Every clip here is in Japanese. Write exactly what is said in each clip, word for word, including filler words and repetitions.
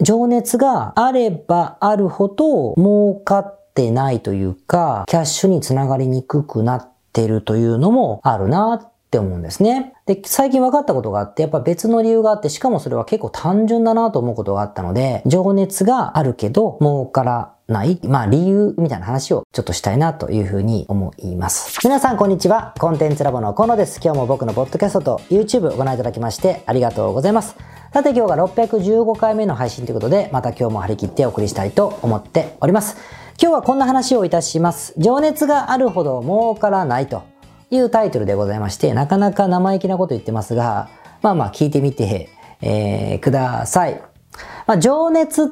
情熱があればあるほど儲かってないというか、キャッシュにつながりにくくなってるというのもあるなって思うんですね。で、最近分かったことがあって、やっぱ別の理由があって、しかもそれは結構単純だなと思うことがあったので、情熱があるけど儲からない、まあ理由みたいな話をちょっとしたいなというふうに思います。皆さんこんにちは。コンテンツラボの河野です。今日も僕のポッドキャストと YouTube をご覧いただきましてありがとうございます。さて今日がろっぴゃくじゅうごかいめの配信ということで、また今日も張り切ってお送りしたいと思っております。今日はこんな話をいたします。情熱があるほど儲からないというタイトルでございまして、なかなか生意気なこと言ってますが、まあまあ聞いてみて、えー、ください。まあ、情熱って、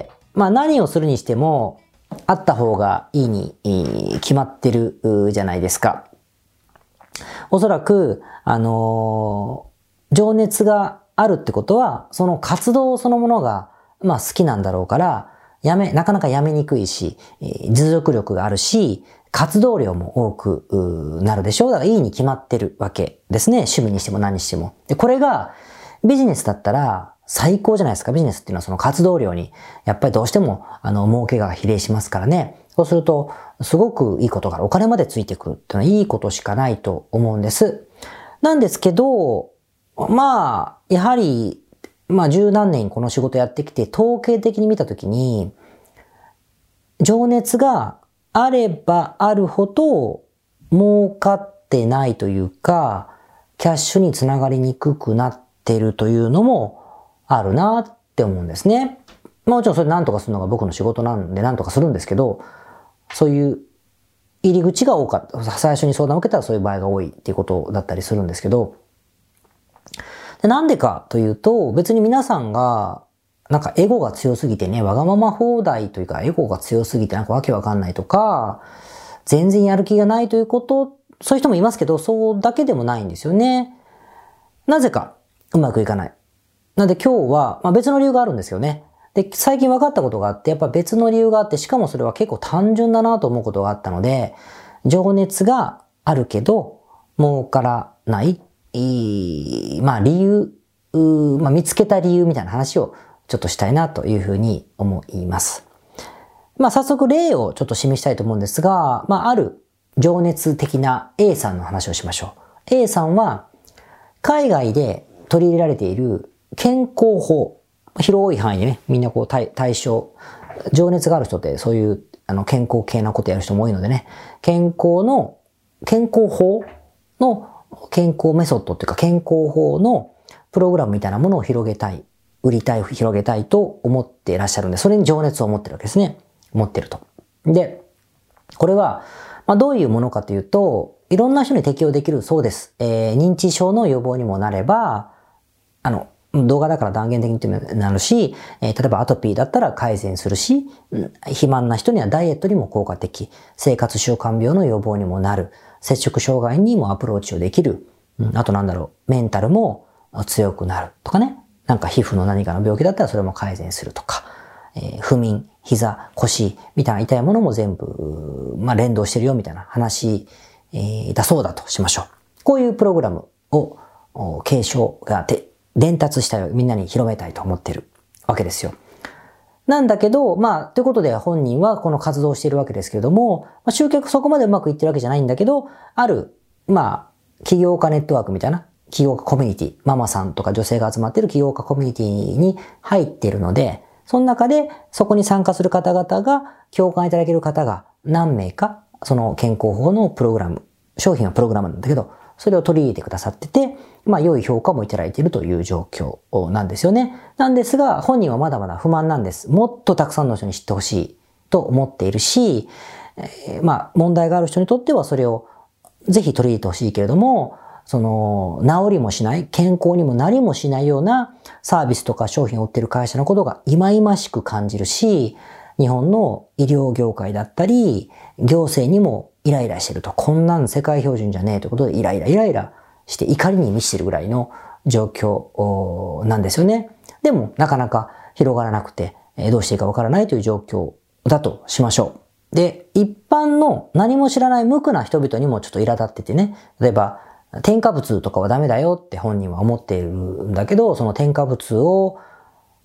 まあ何をするにしてもあった方がいいに決まってるじゃないですか。おそらく、あのー、情熱があるってことは、その活動そのものが、まあ好きなんだろうから、やめ、なかなかやめにくいし、持続力があるし、活動量も多くなるでしょう。だからいいに決まってるわけですね。趣味にしても何にしても。で、これがビジネスだったら最高じゃないですか。ビジネスっていうのはその活動量に、やっぱりどうしても、あの、儲けが比例しますからね。そうすると、すごくいいことがある。お金までついてくるっていうのは、いいことしかないと思うんです。なんですけど、まあ、やはり、まあ、十何年この仕事やってきて、統計的に見たときに、情熱があればあるほど儲かってないというか、キャッシュにつながりにくくなってるというのもあるなって思うんですね。もちろんそれ何とかするのが僕の仕事なんで何とかするんですけど、そういう入り口が多かった。最初に相談を受けたらそういう場合が多いっていうことだったりするんですけど、でなんでかというと、別に皆さんがなんかエゴが強すぎてね、わがまま放題というかエゴが強すぎてなんかわけわかんないとか、全然やる気がないということ、そういう人もいますけど、そうだけでもないんですよね。なぜかうまくいかない。なので今日は、まあ、別の理由があるんですよね。で、最近分かったことがあって、やっぱ別の理由があって、しかもそれは結構単純だなと思うことがあったので、情熱があるけど儲からない、いいまあ理由、まあ見つけた理由みたいな話をちょっとしたいなというふうに思います。まあ早速例をちょっと示したいと思うんですが、まあある情熱的な A さんの話をしましょう。A さんは海外で取り入れられている健康法、広い範囲でね、みんなこう対、対象、情熱がある人ってそういうあの健康系なことやる人も多いのでね、健康の、健康法の健康メソッドっていうか健康法のプログラムみたいなものを広げたい、売りたい、広げたいと思っていらっしゃるんで、それに情熱を持ってるわけですね。持ってると。で、これは、まあ、どういうものかというと、いろんな人に適用できるそうです。えー、認知症の予防にもなれば、あの、動画だから断言的にってなるし、えー、例えばアトピーだったら改善するし、肥満な人にはダイエットにも効果的、生活習慣病の予防にもなる、摂食障害にもアプローチをできる、うん、あとなんだろう、メンタルも強くなるとかね。なんか皮膚の何かの病気だったらそれも改善するとか、えー、不眠、膝、腰みたいな痛いものも全部、まあ、連動してるよみたいな話、えー、だそうだとしましょう。こういうプログラムを継承がて伝達したい、みんなに広めたいと思ってるわけですよ。なんだけど、まあ、ということで本人はこの活動をしているわけですけれども、まあ、集客そこまでうまくいってるわけじゃないんだけど、ある、まあ、起業家ネットワークみたいな、起業家コミュニティ、ママさんとか女性が集まっている起業家コミュニティに入っているので、その中でそこに参加する方々が共感いただける方が何名か、その健康法のプログラム、商品はプログラムなんだけど、それを取り入れてくださってて、まあ良い評価もいただいているという状況なんですよね。なんですが、本人はまだまだ不満なんです。もっとたくさんの人に知ってほしいと思っているし、えー、まあ問題がある人にとってはそれをぜひ取り入れてほしいけれども、その、治りもしない、健康にもなりもしないようなサービスとか商品を売っている会社のことが忌々しく感じるし、日本の医療業界だったり、行政にもイライラしてると、こんなん世界標準じゃねえということでイライライライラして怒りに満ちてるぐらいの状況なんですよね。でもなかなか広がらなくて、どうしていいかわからないという状況だとしましょう。で、一般の何も知らない無垢な人々にもちょっと苛立っててね、例えば、添加物とかはダメだよって本人は思っているんだけど、その添加物を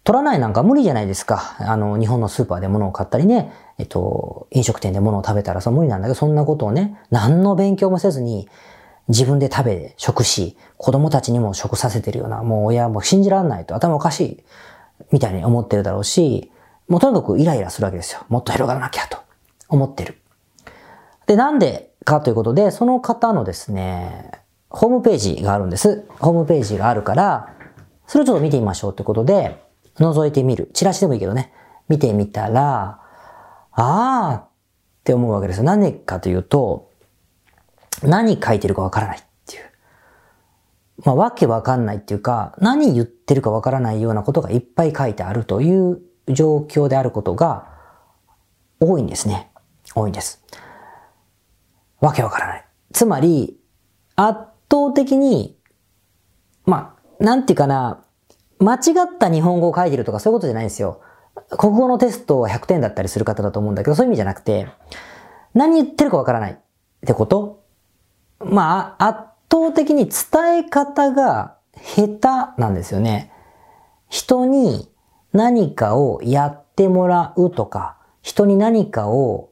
取らないなんか無理じゃないですか。あの、日本のスーパーで物を買ったりね、えっと、飲食店で物を食べたらそ無理なんだけど、そんなことをね、何の勉強もせずに、自分で食べ、食し、子供たちにも食させてるような、もう親も信じられないと頭おかしい、みたいに思ってるだろうし、もうとにかくイライラするわけですよ。もっと広がらなきゃと思ってる。で、なんでかということで、その方のですね、ホームページがあるんです。ホームページがあるから、それをちょっと見てみましょうということで、覗いてみる。チラシでもいいけどね。見てみたら、あーって思うわけですよ。何かというと、何書いてるかわからないっていう。まあ、わけわかんないっていうか、何言ってるかわからないようなことがいっぱい書いてあるという状況であることが多いんですね。多いんです。わけわからない。つまり、圧倒的に、まあ、なんていうかな、間違った日本語を書いてるとかそういうことじゃないんですよ。国語のテストはひゃくてんだったりする方だと思うんだけど、そういう意味じゃなくて、何言ってるかわからないってこと？まあ、圧倒的に伝え方が下手なんですよね。人に何かをやってもらうとか、人に何かを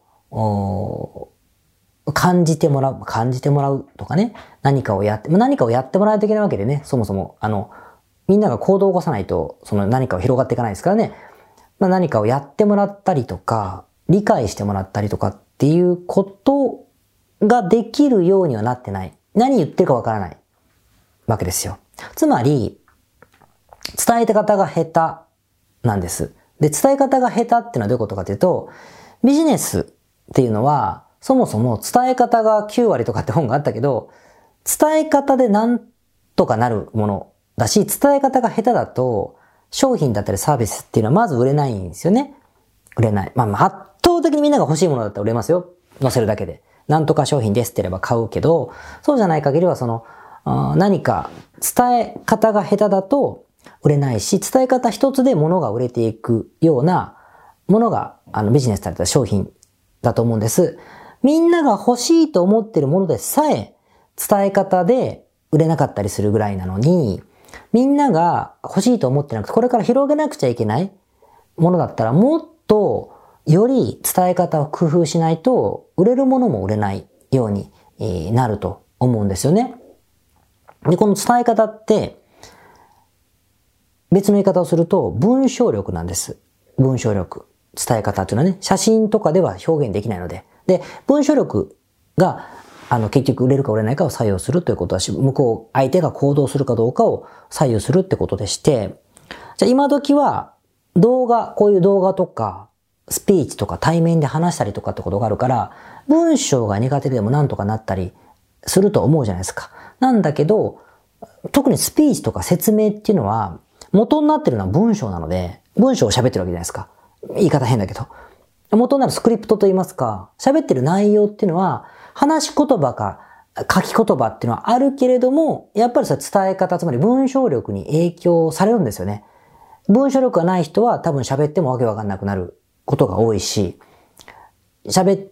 感じてもらう、感じてもらうとかね、何かをやって、何かをやってもらわないといけないわけでね、そもそも、あの、みんなが行動を起こさないと、その何かを広がっていかないですからね。まあ、何かをやってもらったりとか、理解してもらったりとかっていうことができるようにはなってない。何言ってるかわからないわけですよ。つまり、伝え方が下手なんです。で、伝え方が下手っていうのはどういうことかというと、ビジネスっていうのは、そもそも伝え方がきゅうわりとかって本があったけど、伝え方でなんとかなるものだし、伝え方が下手だと、商品だったりサービスっていうのはまず売れないんですよね。売れない。まあ、圧倒的にみんなが欲しいものだったら売れますよ。載せるだけで。なんとか商品ですって言えば買うけど、そうじゃない限りはその、何か伝え方が下手だと売れないし、伝え方一つで物が売れていくようなものが、あのビジネスだったり商品だと思うんです。みんなが欲しいと思っているものでさえ伝え方で売れなかったりするぐらいなのに、みんなが欲しいと思ってなくて、これから広げなくちゃいけないものだったら、もっとより伝え方を工夫しないと、売れるものも売れないようになると思うんですよね。で、この伝え方って、別の言い方をすると、文章力なんです。文章力。伝え方っていうのはね、写真とかでは表現できないので。で、文章力が、あの、結局売れるか売れないかを左右するということだし、向こう、相手が行動するかどうかを左右するってことでして、じゃあ今時は動画、こういう動画とか、スピーチとか対面で話したりとかってことがあるから、文章が苦手でもなんとかなったりすると思うじゃないですか。なんだけど、特にスピーチとか説明っていうのは、元になってるのは文章なので、文章を喋ってるわけじゃないですか。言い方変だけど。元になるスクリプトと言いますか、喋ってる内容っていうのは、話し言葉か書き言葉っていうのはあるけれども、やっぱりそれ伝え方、つまり文章力に影響されるんですよね。文章力がない人は多分喋ってもわけわかんなくなることが多いし、喋って、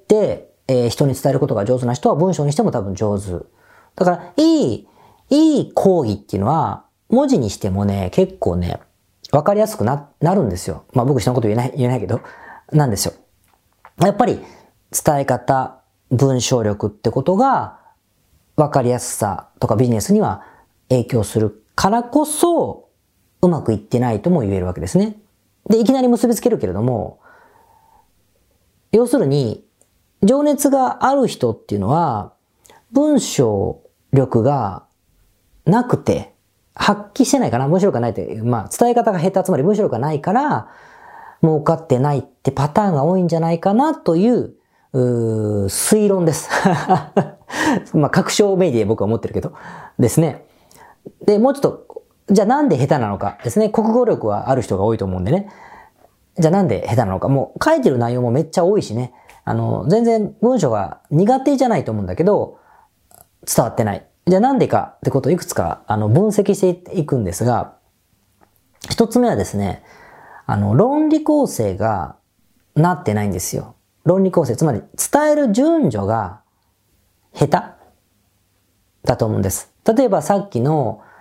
えー、人に伝えることが上手な人は文章にしても多分上手。だから、いい、いい講義っていうのは、文字にしてもね、結構ね、わかりやすくな、なるんですよ。まあ僕人のこと言えない、言えないけど、なんですよ。やっぱり、伝え方、文章力ってことが、わかりやすさとかビジネスには影響するからこそ、うまくいってないとも言えるわけですね。で、いきなり結びつけるけれども、要するに、情熱がある人っていうのは、文章力がなくて、発揮してないかな、文章力がないって、まあ、伝え方が下手、つまり文章力がないから、儲かってないってパターンが多いんじゃないかなという、うー推論です。まあ、確証めいで僕は思ってるけど。ですね。で、もうちょっと、じゃあなんで下手なのかですね。国語力はある人が多いと思うんでね。じゃあなんで下手なのか。もう書いてる内容もめっちゃ多いしね。あの、全然文章が苦手じゃないと思うんだけど、伝わってない。じゃあなんでかってことをいくつか、あの、分析していくんですが、一つ目はですね、あの、論理構成がなってないんですよ。論理構成、つまり伝える順序が下手だと思うんです。例えばさっきの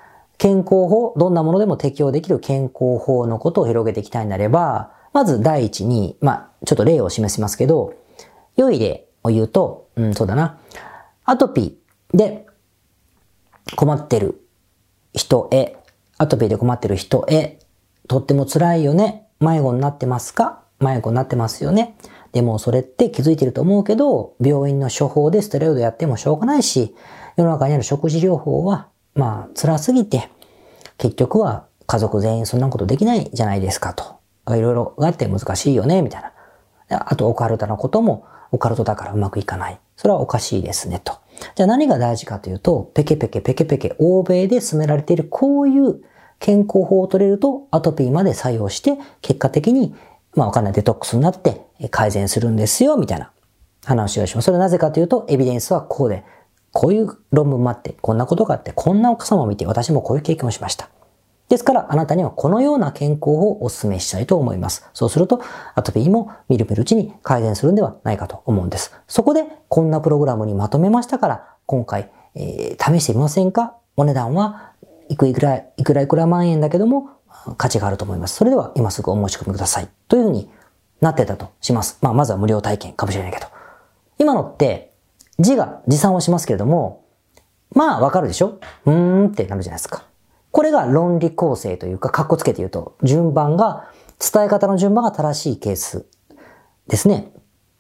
健康法、どんなものでも適用できる健康法のことを広げていきたいなれば、まず第一に、まあ、ちょっと例を示しますけど、良い例を言うと、うん、そうだな。アトピーで困ってる人へ、アトピーで困ってる人へ、とっても辛いよね。迷子になってますか？迷子になってますよね。でもそれって気づいてると思うけど、病院の処方でステロイドやってもしょうがないし、世の中にある食事療法は、まあ、辛すぎて、結局は家族全員そんなことできないじゃないですかと。いろいろあって難しいよね、みたいな。あと、オカルトのことも、オカルトだからうまくいかない。それはおかしいですね、と。じゃあ何が大事かというと、ペケペケペケペケ、欧米で進められているこういう健康法を取れると、アトピーまで作用して、結果的に、まあわかんないデトックスになって改善するんですよ、みたいな話をします。それはなぜかというと、エビデンスはこうで、こういう論文もあって、こんなことがあって、こんなお母様を見て、私もこういう経験をしました。ですから、あなたにはこのような健康法をお勧めしたいと思います。そうすると、アトピーもみるみるうちに改善するんではないかと思うんです。そこで、こんなプログラムにまとめましたから、今回、えー、試してみませんか？お値段はいくいくら、いくらいくら万円だけども、価値があると思います。それでは、今すぐお申し込みください。というふうになってたとします。まあ、まずは無料体験かもしれないけど。今のって、字が持参をしますけれども、まあ、わかるでしょ？うーんってなるじゃないですか。これが論理構成というか、カッコつけて言うと、順番が、伝え方の順番が正しいケースですね。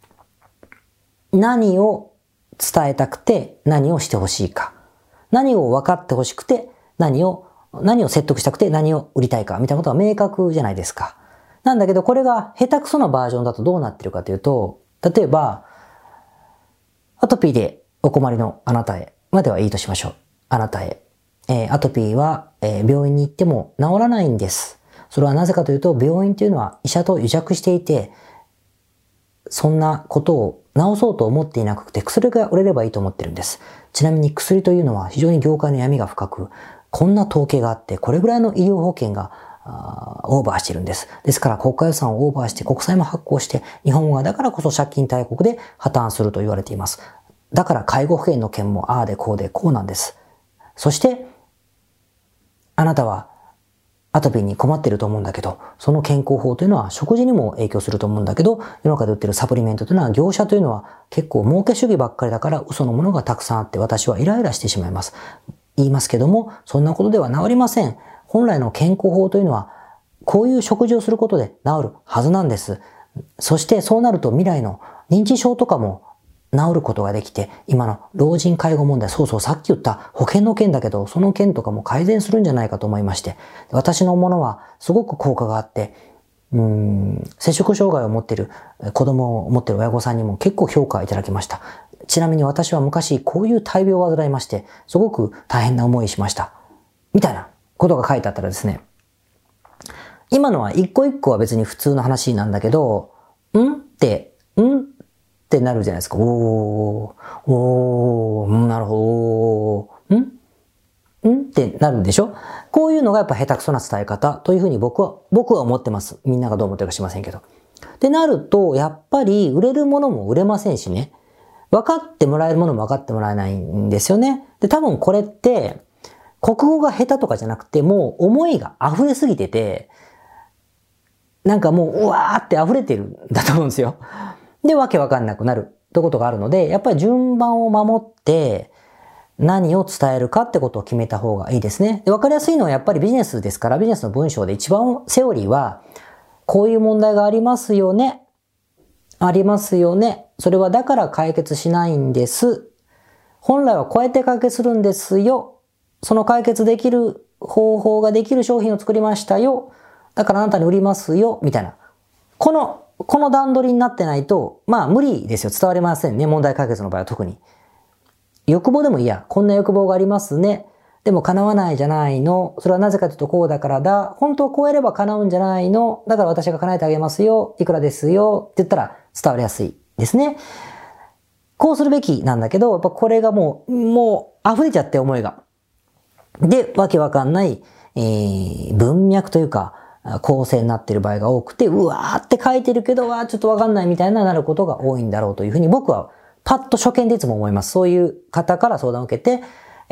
何を伝えたくて、何をしてほしいか。何を分かってほしくて、何を、何を説得したくて、何を売りたいか、みたいなことは明確じゃないですか。なんだけど、これが下手くそなバージョンだとどうなってるかというと、例えば、アトピーでお困りのあなたへまではいいとしましょう。あなたへ。えー、アトピーは、えー、病院に行っても治らないんです。それはなぜかというと、病院というのは医者と癒着していて、そんなことを治そうと思っていなくて、薬が売れればいいと思ってるんです。ちなみに薬というのは非常に業界の闇が深く、こんな統計があって、これぐらいの医療保険がオーバーしてるんです。ですから国家予算をオーバーして国債も発行して、日本はだからこそ借金大国で破綻すると言われています。だから介護保険の件もああでこうでこうなんです。そして、あなたはアトピーに困っていると思うんだけど、その健康法というのは食事にも影響すると思うんだけど、世の中で売っているサプリメントというのは業者というのは結構儲け主義ばっかりだから嘘のものがたくさんあって私はイライラしてしまいます。言いますけども、そんなことでは治りません。本来の健康法というのはこういう食事をすることで治るはずなんです。そしてそうなると未来の認知症とかも治ることができて、今の老人介護問題、そうそうさっき言った保険の件だけど、その件とかも改善するんじゃないかと思いまして、私のものはすごく効果があって、うーん、摂食障害を持っている子供を持っている親御さんにも結構評価をいただきました。ちなみに私は昔こういう大病を患いまして、すごく大変な思いしました。みたいなことが書いてあったらですね、今のは一個一個は別に普通の話なんだけど、んって、んってなるじゃないですか。おー、おー、なるほど、んんってなるでしょ？こういうのがやっぱ下手くそな伝え方というふうに僕は、僕は思ってます。みんながどう思ってるか知りませんけど。ってなると、やっぱり売れるものも売れませんしね。分かってもらえるものも分かってもらえないんですよね。で、多分これって、国語が下手とかじゃなくて、もう思いが溢れすぎてて、なんかもう、うわーって溢れてるんだと思うんですよ。で、わけわかんなくなるということがあるので、やっぱり順番を守って何を伝えるかってことを決めた方がいいですね。で、わかりやすいのはやっぱりビジネスですから、ビジネスの文章で一番セオリーは、こういう問題がありますよね。ありますよね。それはだから解決しないんです。本来はこうやって解決するんですよ。その解決できる方法ができる商品を作りましたよ。だからあなたに売りますよ。みたいな。このこの段取りになってないと、まあ無理ですよ。伝わりませんね。問題解決の場合は特に。欲望でもいいや。こんな欲望がありますね。でも叶わないじゃないの。それはなぜかというとこうだからだ。本当はこうやれば叶うんじゃないの。だから私が叶えてあげますよ。いくらですよ。って言ったら伝わりやすいですね。こうするべきなんだけど、やっぱこれがもう、もう溢れちゃって思いが。で、わけわかんない、えー、文脈というか、構成になっている場合が多くて、うわーって書いてるけど、わーちょっとわかんないみたいななることが多いんだろうというふうに僕はパッと初見でいつも思います。そういう方から相談を受けて、え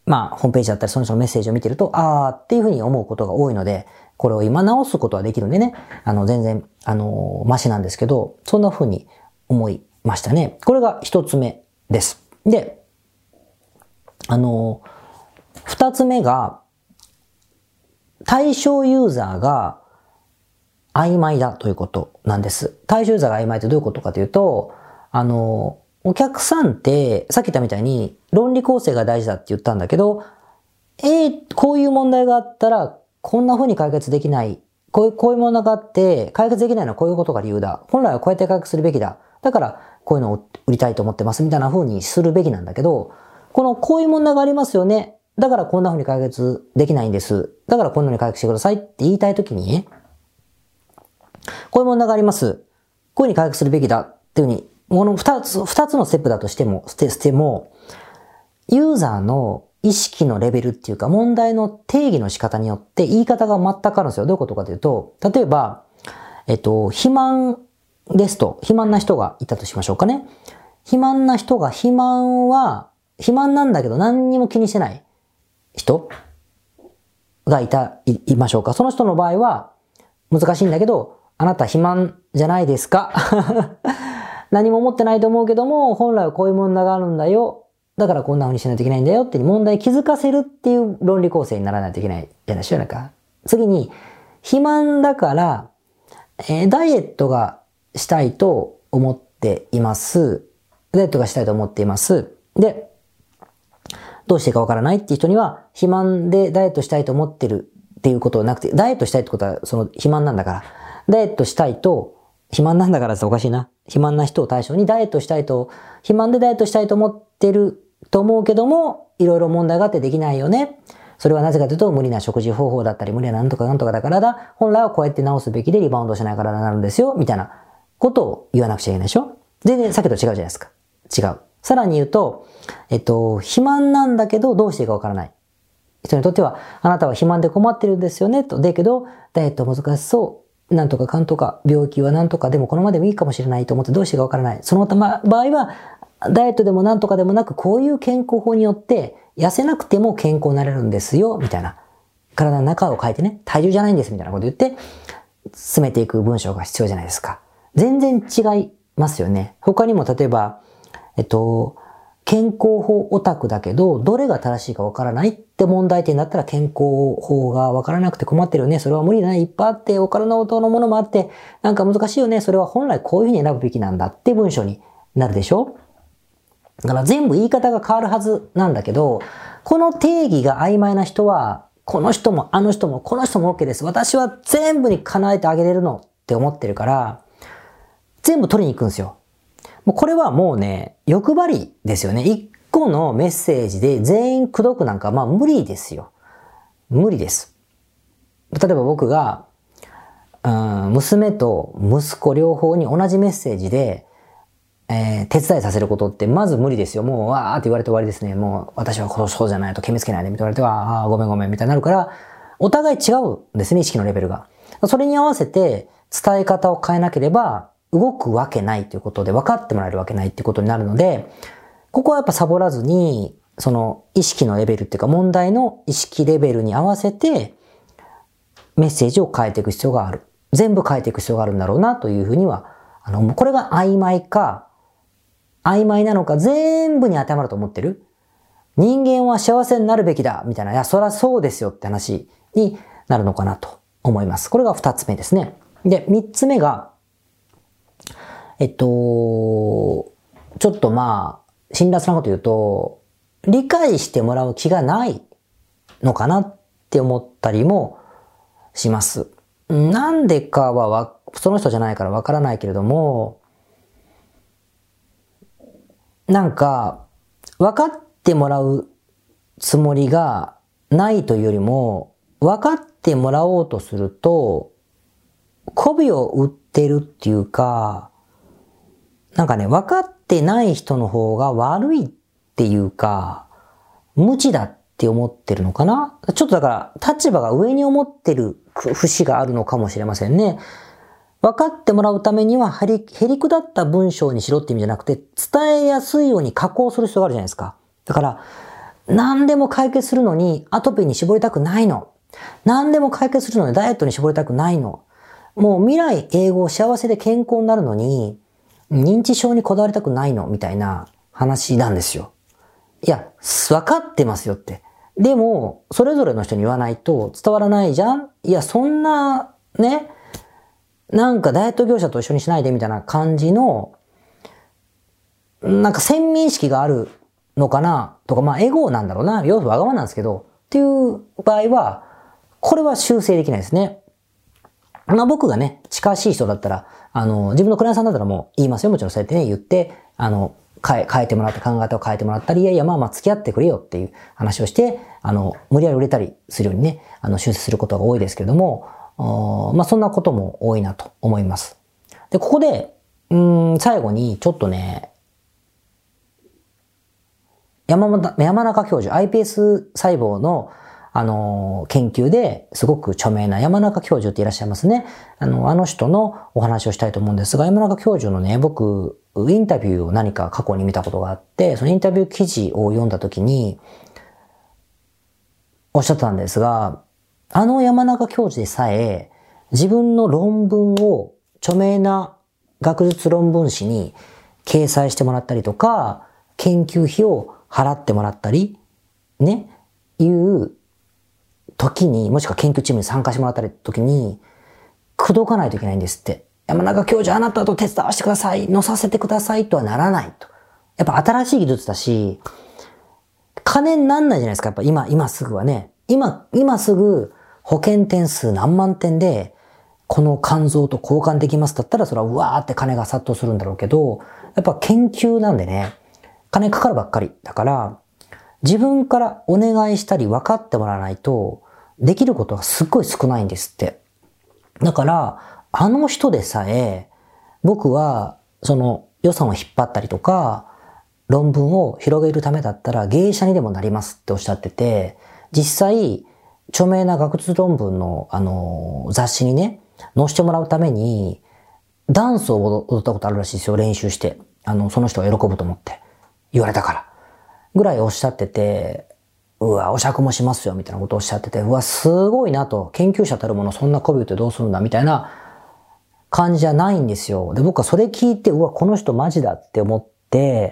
まあ、ホームページだったりその人のメッセージを見てると、あーっていうふうに思うことが多いので、これを今直すことはできるんでね、あの、全然、あの、マシなんですけど、そんなふうに思いましたね。これが一つ目です。で、あの、二つ目が、対象ユーザーが曖昧だということなんです。対象ユーザーが曖昧ってどういうことかというと、あの、お客さんって、さっき言ったみたいに論理構成が大事だって言ったんだけど、えー、こういう問題があったら、こんな風に解決できない。こういう、こういう問題があって、解決できないのはこういうことが理由だ。本来はこうやって解決するべきだ。だから、こういうのを売りたいと思ってます。みたいな風にするべきなんだけど、この、こういう問題がありますよね。だからこんな風に解決できないんです。だからこんな風に解決してくださいって言いたいときに、こういう問題があります。こういう風に解決するべきだっていう風に、この二つ、二つのステップだとしても、して、しても、ユーザーの意識のレベルっていうか、問題の定義の仕方によって言い方が全くあるんですよ。どういうことかというと、例えば、えっと、肥満ですと、肥満な人がいたとしましょうかね。肥満な人が、肥満は、肥満なんだけど何にも気にしてない人がいた、い、いましょうか。その人の場合は、難しいんだけど、あなた肥満じゃないですか何も思ってないと思うけども、本来はこういう問題があるんだよ。だからこんな風にしないといけないんだよって問題気づかせるっていう論理構成にならないといけないじゃないでしょうか。次に、肥満だから、えー、ダイエットがしたいと思っています。ダイエットがしたいと思っています。で、どうしていいかわからないっていう人には、肥満でダイエットしたいと思ってるっていうことはなくて、ダイエットしたいってことはその肥満なんだから、ダイエットしたいと、肥満なんだからっておかしいな。肥満な人を対象にダイエットしたいと、肥満でダイエットしたいと思ってると思うけども、いろいろ問題があってできないよね。それはなぜかというと、無理な食事方法だったり、無理ななんとかなんとかだからだ。本来はこうやって直すべきでリバウンドしないからなるんですよ。みたいなことを言わなくちゃいけないでしょ。全然さっきと違うじゃないですか。違う。さらに言うと、えっと、肥満なんだけどどうしていいかわからない。人にとっては、あなたは肥満で困ってるんですよね。と。だけど、ダイエット難しそう。なんとかかんとか、病気はなんとかでもこのままでもいいかもしれないと思ってどうしていいかわからない。その場合は、ダイエットでもなんとかでもなく、こういう健康法によって、痩せなくても健康になれるんですよ、みたいな。体の中を変えてね、体重じゃないんです、みたいなこと言って、進めていく文章が必要じゃないですか。全然違いますよね。他にも例えば、えっと、健康法オタクだけど、どれが正しいかわからないって問題点だったら健康法がわからなくて困ってるよね。それは無理だね。いっぱいあって、お金の音のものもあって、なんか難しいよね。それは本来こういうふうに選ぶべきなんだって文章になるでしょ。だから全部言い方が変わるはずなんだけど、この定義が曖昧な人は、この人もあの人もこの人も OK です。私は全部に叶えてあげれるのって思ってるから、全部取りに行くんですよ。もうこれはもうね、欲張りですよね。一個のメッセージで全員口説くなんか、まあ無理ですよ。無理です。例えば僕が、うん、娘と息子両方に同じメッセージで、えー、手伝いさせることってまず無理ですよ。もう、わーって言われて終わりですね。もう、私はそうじゃないと決めつけないで、みたいな言われて、ああ、ごめんごめん、みたいになるから、お互い違うんですね、意識のレベルが。それに合わせて伝え方を変えなければ、動くわけないということで、分かってもらえるわけないっていうことになるので、ここはやっぱサボらずに、その意識のレベルっていうか、問題の意識レベルに合わせて、メッセージを変えていく必要がある。全部変えていく必要があるんだろうなというふうには、あの、これが曖昧か、曖昧なのか全部に当てはまると思ってる？人間は幸せになるべきだみたいな、いや、そりゃそうですよって話になるのかなと思います。これが二つ目ですね。で、三つ目が、えっと、ちょっとまあ、辛辣なこと言うと、理解してもらう気がないのかなって思ったりもします。なんでかはわ、その人じゃないからわからないけれども、なんか、分かってもらうつもりがないというよりも、分かってもらおうとすると、媚びを売ってるっていうか、なんかね、分かってない人の方が悪いっていうか、無知だって思ってるのかな？ちょっとだから、立場が上に思ってる節があるのかもしれませんね。分かってもらうためには、へり、へりくだった文章にしろって意味じゃなくて、伝えやすいように加工する必要があるじゃないですか。だから、 何でも解決するのにアトピーに絞りたくないの。何でも解決するのにダイエットに絞りたくないの。もう未来永劫幸せで健康になるのに認知症にこだわりたくないのみたいな話なんですよ。いや、わかってますよって。でも、それぞれの人に言わないと伝わらないじゃん？いや、そんな、ね、なんかダイエット業者と一緒にしないでみたいな感じの、なんか先民意識があるのかなとか、まあエゴなんだろうな、要素わがまなんですけど、っていう場合は、これは修正できないですね。まあ僕がね、近しい人だったら、あの、自分のクライアントさんだったらもう言いますよ。もちろんそうやってね、言って、あの、変え、変えてもらって、考え方を変えてもらったり、いやいや、まあまあ付き合ってくれよっていう話をして、あの、無理やり売れたりするようにね、あの、修正することが多いですけれども、まあそんなことも多いなと思います。で、ここで、うーん、最後にちょっとね、山本、山中教授、アイピーエス 細胞の、あの、研究ですごく著名な山中教授っていらっしゃいますね。あの、あの人のお話をしたいと思うんですが、山中教授のね、僕、インタビューを何か過去に見たことがあって、そのインタビュー記事を読んだときに、おっしゃったんですが、あの山中教授でさえ、自分の論文を著名な学術論文誌に掲載してもらったりとか、研究費を払ってもらったり、ね、いう時に、もしくは研究チームに参加してもらったり時に、口説かないといけないんですって。山中教授あなたと手伝わせてください、乗させてくださいとはならないと。やっぱ新しい技術だし、金になんないじゃないですか、やっぱ今、今すぐはね。今、今すぐ保険点数何万点で、この肝臓と交換できますだったら、それはうわーって金が殺到するんだろうけど、やっぱ研究なんでね、金かかるばっかり。だから、自分からお願いしたり分かってもらわないと、できることがすっごい少ないんですって。だから、あの人でさえ、僕は、その予算を引っ張ったりとか、論文を広げるためだったら芸者にでもなりますっておっしゃってて、実際、著名な学術論文の、あの、雑誌にね、載せてもらうために、ダンスを踊ったことあるらしいですよ、練習して。あの、その人が喜ぶと思って。言われたから。ぐらいおっしゃってて、うわ、お酌もしますよ、みたいなことをおっしゃってて、うわ、すごいなと、研究者たるものそんな媚び打ってどうするんだ、みたいな感じじゃないんですよ。で、僕はそれ聞いて、うわ、この人マジだって思って、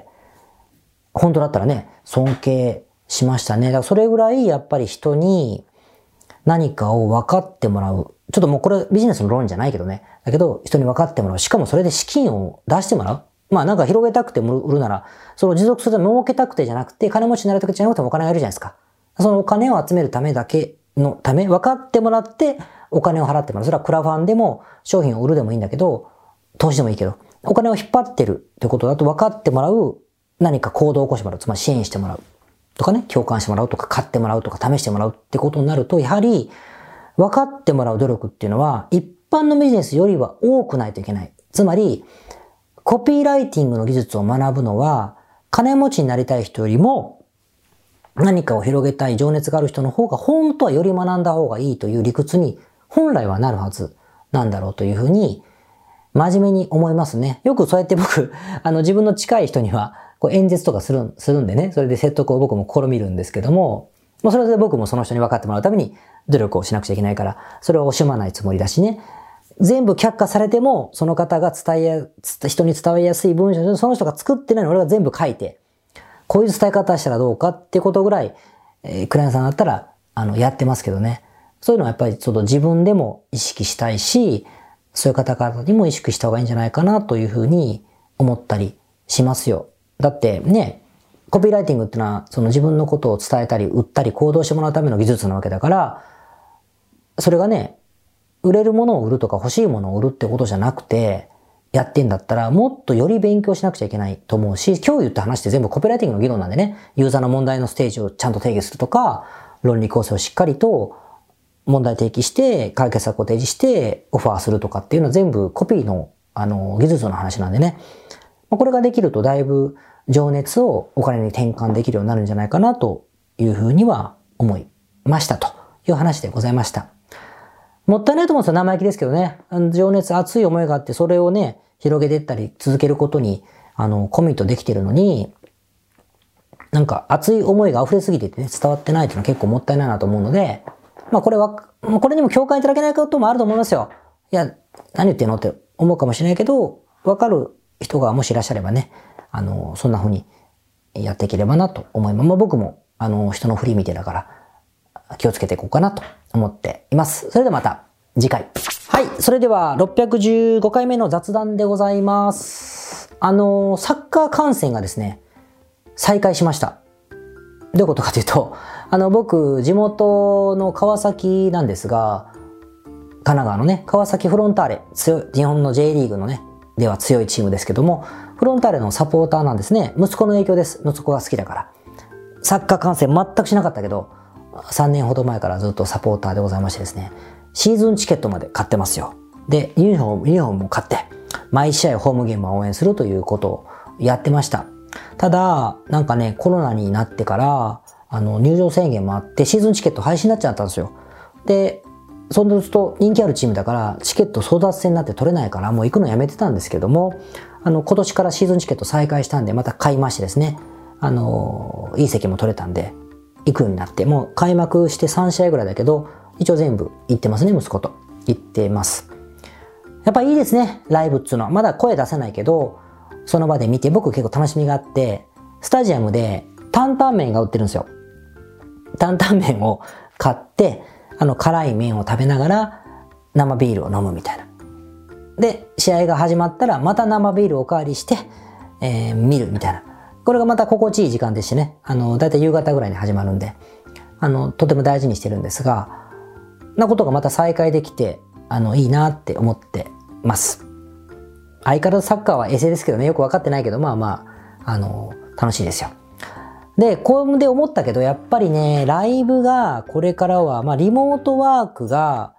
本当だったらね、尊敬しましたね。だからそれぐらいやっぱり人に何かを分かってもらう。ちょっともうこれビジネスの論じゃないけどね。だけど人に分かってもらう。しかもそれで資金を出してもらう。まあなんか広げたくて売るなら、その持続するため儲けたくてじゃなくて、金持ちになるためじゃなくてもお金がいるじゃないですか。そのお金を集めるためだけのため、分かってもらってお金を払ってもらう。それはクラファンでも商品を売るでもいいんだけど、投資でもいいけど、お金を引っ張ってるってことだと分かってもらう何か行動を起こしてもらう。つまり支援してもらう。とかね、共感してもらうとか、買ってもらうとか、試してもらうってことになると、やはり、分かってもらう努力っていうのは、一般のビジネスよりは多くないといけない。つまり、コピーライティングの技術を学ぶのは、金持ちになりたい人よりも、何かを広げたい情熱がある人の方が、本当はより学んだ方がいいという理屈に、本来はなるはずなんだろうというふうに、真面目に思いますね。よくそうやって僕、あの自分の近い人には、こう演説とかする、するんでね、それで説得を僕も試みるんですけども、もうそれで僕もその人に分かってもらうために努力をしなくちゃいけないから、それを惜しまないつもりだしね。全部却下されても、その方が伝えや、人に伝わりやすい文章で、その人が作ってないのを俺が全部書いて、こういう伝え方したらどうかっていうことぐらい、えー、クライアントさんだったら、あの、やってますけどね。そういうのはやっぱりちょっと自分でも意識したいし、そういう方々にも意識した方がいいんじゃないかなというふうに思ったりしますよ。だってね、コピーライティングってのはその自分のことを伝えたり売ったり行動してもらうための技術なわけだから、それがね、売れるものを売るとか欲しいものを売るってことじゃなくてやってんだったら、もっとより勉強しなくちゃいけないと思うし、今日言った話って全部コピーライティングの議論なんでね、ユーザーの問題のステージをちゃんと定義するとか、論理構成をしっかりと問題提起して、解決策を提示して、オファーするとかっていうのは全部コピーの、あの、技術の話なんでね。これができるとだいぶ情熱をお金に転換できるようになるんじゃないかなというふうには思いましたという話でございました。もったいないと思うんですよ。生意気ですけどね。情熱、熱い思いがあって、それをね、広げていったり続けることに、あの、コミットできているのに、 なんか熱い思いが溢れすぎててね、伝わってないっていうのは結構もったいないなと思うので、まあこれは、これにも共感いただけないこともあると思いますよ。いや、何言ってんのって思うかもしれないけど、わかる人がもしいらっしゃればね、あの、そんな風にやっていければなと思います。まあ僕も、あの、人の振り見てだから、気をつけていこうかなと思っています。それではまた次回。はい。それではろっぴゃくじゅうごかいめの雑談でございます。あの、サッカー観戦がですね、再開しました。どういうことかというと、あの、僕、地元の川崎なんですが、神奈川のね、川崎フロンターレ、強い、日本の J リーグのね、では強いチームですけども、フロンターレのサポーターなんですね。息子の影響です。息子が好きだから。サッカー観戦全くしなかったけど、さんねんほど前からずっとサポーターでございましてですね、シーズンチケットまで買ってますよ。で、ユニフォーム、ユニフォームも買って、毎試合ホームゲームを応援するということをやってました。ただ、なんかね、コロナになってから、あの、入場制限もあって、シーズンチケット廃止になっちゃったんですよ。で、そうすると人気あるチームだから、チケット争奪戦になって取れないから、もう行くのやめてたんですけども、あの、今年からシーズンチケット再開したんで、また買いましてですね、あの、いい席も取れたんで、行くようになって、もう開幕してさんしあいぐらいだけど、一応全部行ってますね、息子と。行ってます。やっぱいいですね、ライブっつうのは。まだ声出せないけど、その場で見て、僕結構楽しみがあって、スタジアムで担々麺が売ってるんですよ。担々麺を買って、あの辛い麺を食べながら生ビールを飲むみたいな。で、試合が始まったらまた生ビールをおかわりして、えー、見るみたいな。これがまた心地いい時間でしてね、あの、だいたい夕方ぐらいに始まるんで、あの、とても大事にしてるんですが、なことがまた再開できて、あの、いいなって思ってます。相変わらずサッカーは衛星ですけどね、よくわかってないけど、まあまあ、あの、楽しいですよ。で、これで思ったけど、やっぱりね、ライブがこれからは、まあリモートワークが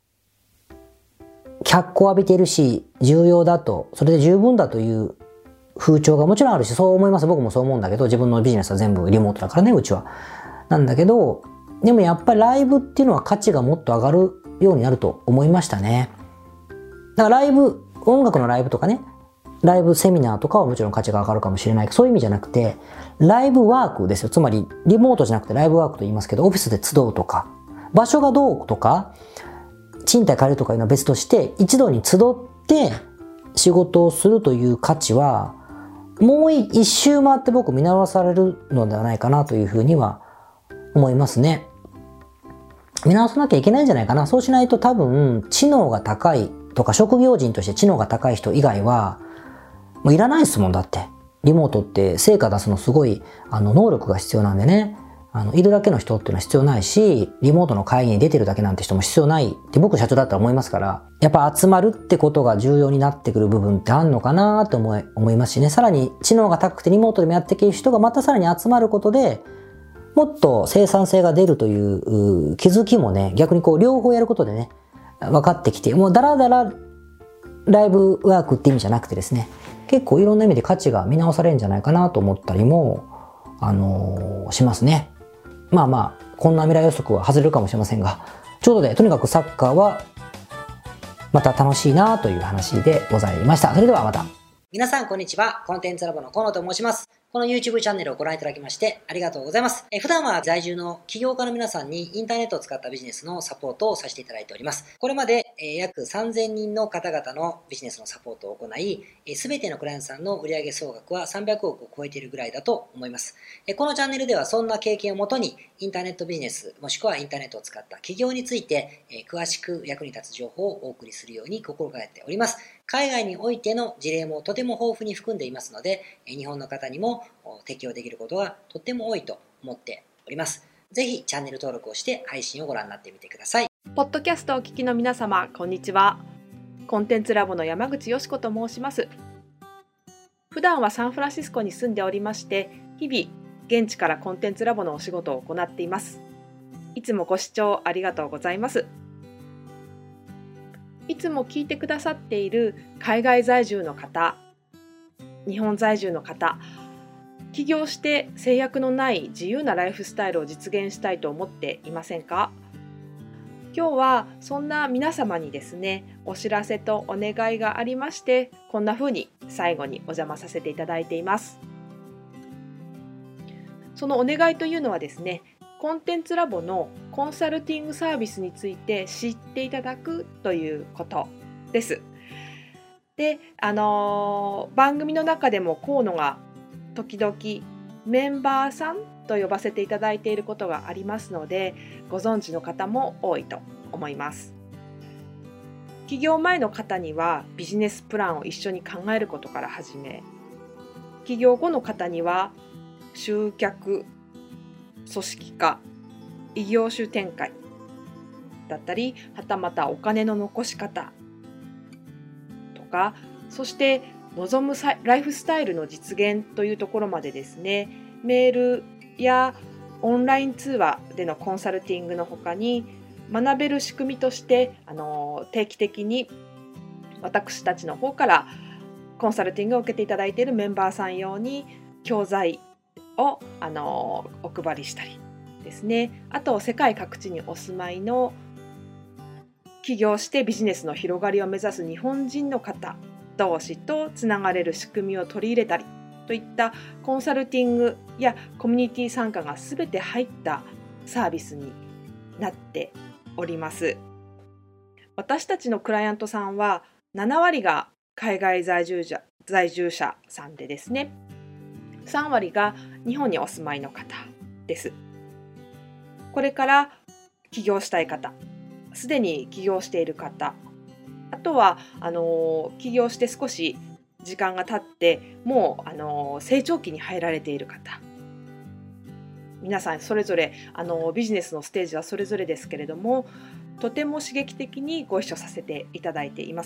脚光を浴びているし、重要だと、それで十分だという風潮がもちろんあるし、そう思います。僕もそう思うんだけど、自分のビジネスは全部リモートだからね、うちは。なんだけど、でもやっぱりライブっていうのは価値がもっと上がるようになると思いましたね。だからライブ、音楽のライブとかね、ライブセミナーとかはもちろん価値が上がるかもしれないけど、そういう意味じゃなくて、ライブワークですよ。つまり、リモートじゃなくてライブワークと言いますけど、オフィスで集うとか、場所がどうとか、賃貸借りるとかいうのは別として、一度に集って仕事をするという価値は、もう一周回って僕見直されるのではないかなというふうには思いますね。見直さなきゃいけないんじゃないかな。そうしないと多分、知能が高いとか、職業人として知能が高い人以外は、もういらないですもん、だって。リモートって成果出すのすごい、あの、能力が必要なんでね。あの、いるだけの人っていうのは必要ないし、リモートの会議に出てるだけなんて人も必要ないって僕社長だったら思いますから、やっぱ集まるってことが重要になってくる部分ってあんのかなと思い、思いますしね。さらに知能が高くてリモートでもやっていける人がまたさらに集まることで、もっと生産性が出るという気づきもね、逆にこう両方やることでね、分かってきて、もうだらだらライブワークって意味じゃなくてですね、結構いろんな意味で価値が見直されるんじゃないかなと思ったりも、あのー、しますね。まあまあ、こんな未来予測は外れるかもしれませんが、ちょうどで、とにかくサッカーはまた楽しいなという話でございました。それではまた。皆さんこんにちは。コンテンツラボの河野と申します。この YouTube チャンネルをご覧いただきましてありがとうございます。え普段は在住の起業家の皆さんにインターネットを使ったビジネスのサポートをさせていただいております。これまでえ約さんぜんにんの方々のビジネスのサポートを行い、すべてのクライアントさんの売上総額はさんびゃくおくを超えているぐらいだと思います。このチャンネルではそんな経験をもとにインターネットビジネスもしくはインターネットを使った起業について詳しく役に立つ情報をお送りするように心がけております。海外においての事例もとても豊富に含んでいますので、日本の方にも適用できることがとっても多いと思っております。ぜひチャンネル登録をして配信をご覧になってみてください。 ポッドキャストをお聞きの皆様、こんにちは。コンテンツラボの山口よしこと申します。普段はサンフランシスコに住んでおりまして、日々現地からコンテンツラボのお仕事を行っています。いつもご視聴ありがとうございます。いつも聞いてくださっている海外在住の方、日本在住の方、起業して制約のない自由なライフスタイルを実現したいと思っていませんか？今日はそんな皆様にですね、お知らせとお願いがありまして、こんな風に最後にお邪魔させていただいています。 そのお願いというのはですね、コンテンツラボのコンサルティングサービスについて知っていただくということです。で、あのー番組の中でも河野が時々メンバーさんと呼ばせていただいていることがありますので、ご存知の方も多いと思います。起業前の方にはビジネスプランを一緒に考えることから始め、起業後の方には集客、組織化、異業種展開だったり、はたまたお金の残し方とか、そして望むライフスタイルの実現というところまでですね、メールやオンライン通話でのコンサルティングのほかに、学べる仕組みとしてあの定期的に私たちの方からコンサルティングを受けていただいているメンバーさん用に教材をあのお配りしたりですね、あと世界各地にお住まいの起業してビジネスの広がりを目指す日本人の方同士とつながれる仕組みを取り入れたりといったコンサルティングやコミュニティ参加がすべて入ったサービスになっております。私たちのクライアントさんはなな割が海外在住者、在住者さんでですね、さん割が日本にお住まいの方です。これから起業したい方、すでに起業している方、あとはあの起業して少し時間が経ってもうあの成長期に入られている方、皆さんそれぞれあのビジネスのステージはそれぞれですけれども、とても刺激的にご一緒させていただいています。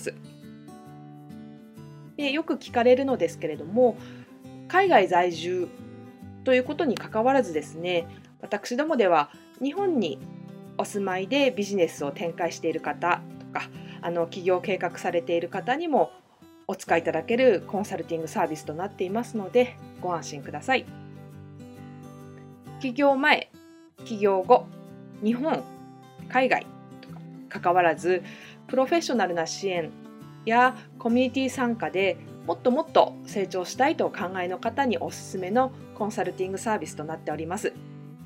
で、よく聞かれるのですけれども、海外在住ということにかかわらずですね、私どもでは日本にお住まいでビジネスを展開している方とか、あの起業計画されている方にもお使いいただけるコンサルティングサービスとなっていますので、ご安心ください。起業前、起業後、日本、海外とか関わらず、プロフェッショナルな支援やコミュニティ参加でもっともっと成長したいとお考えの方におすすめのコンサルティングサービスとなっております。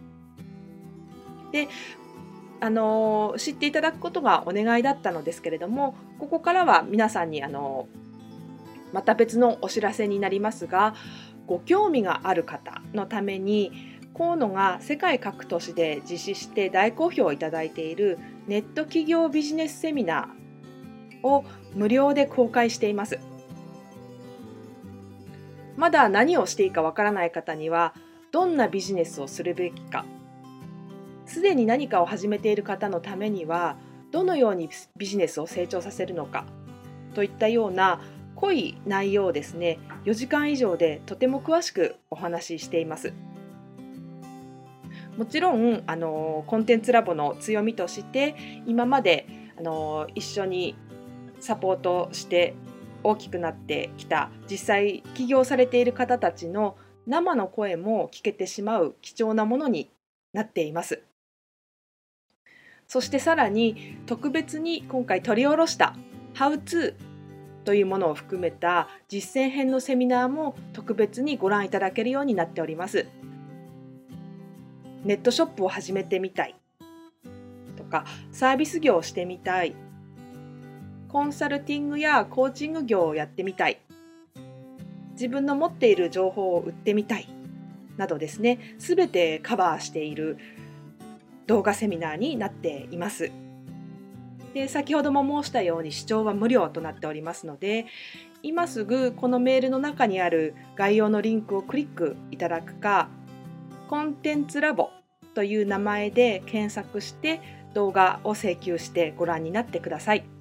で、あの知っていただくことがお願いだったのですけれども、ここからは皆さんにあのまた別のお知らせになりますが、ご興味がある方のために河野が世界各都市で実施して大好評をいただいているネット企業ビジネスセミナーを無料で公開しています。まだ何をしていいかわからない方には、どんなビジネスをするべきか、すでに何かを始めている方のためにはどのようにビジネスを成長させるのかといったような濃い内容をですね、よじかん以上でとても詳しくお話ししています。もちろんあのコンテンツラボの強みとして、今まであの一緒にサポートして大きくなってきた、実際起業されている方たちの生の声も聞けてしまう貴重なものになっています。そしてさらに特別に今回取り下ろした「ハウツー」というものを含めた実践編のセミナーも特別にご覧いただけるようになっております。ネットショップを始めてみたいとか、サービス業をしてみたい、コンサルティングやコーチング業をやってみたい、自分の持っている情報を売ってみたいなどですね、すべてカバーしている動画セミナーになっています。で、先ほども申したように視聴は無料となっておりますので、今すぐこのメールの中にある概要のリンクをクリックいただくか、コンテンツラボという名前で検索して動画を請求してご覧になってください。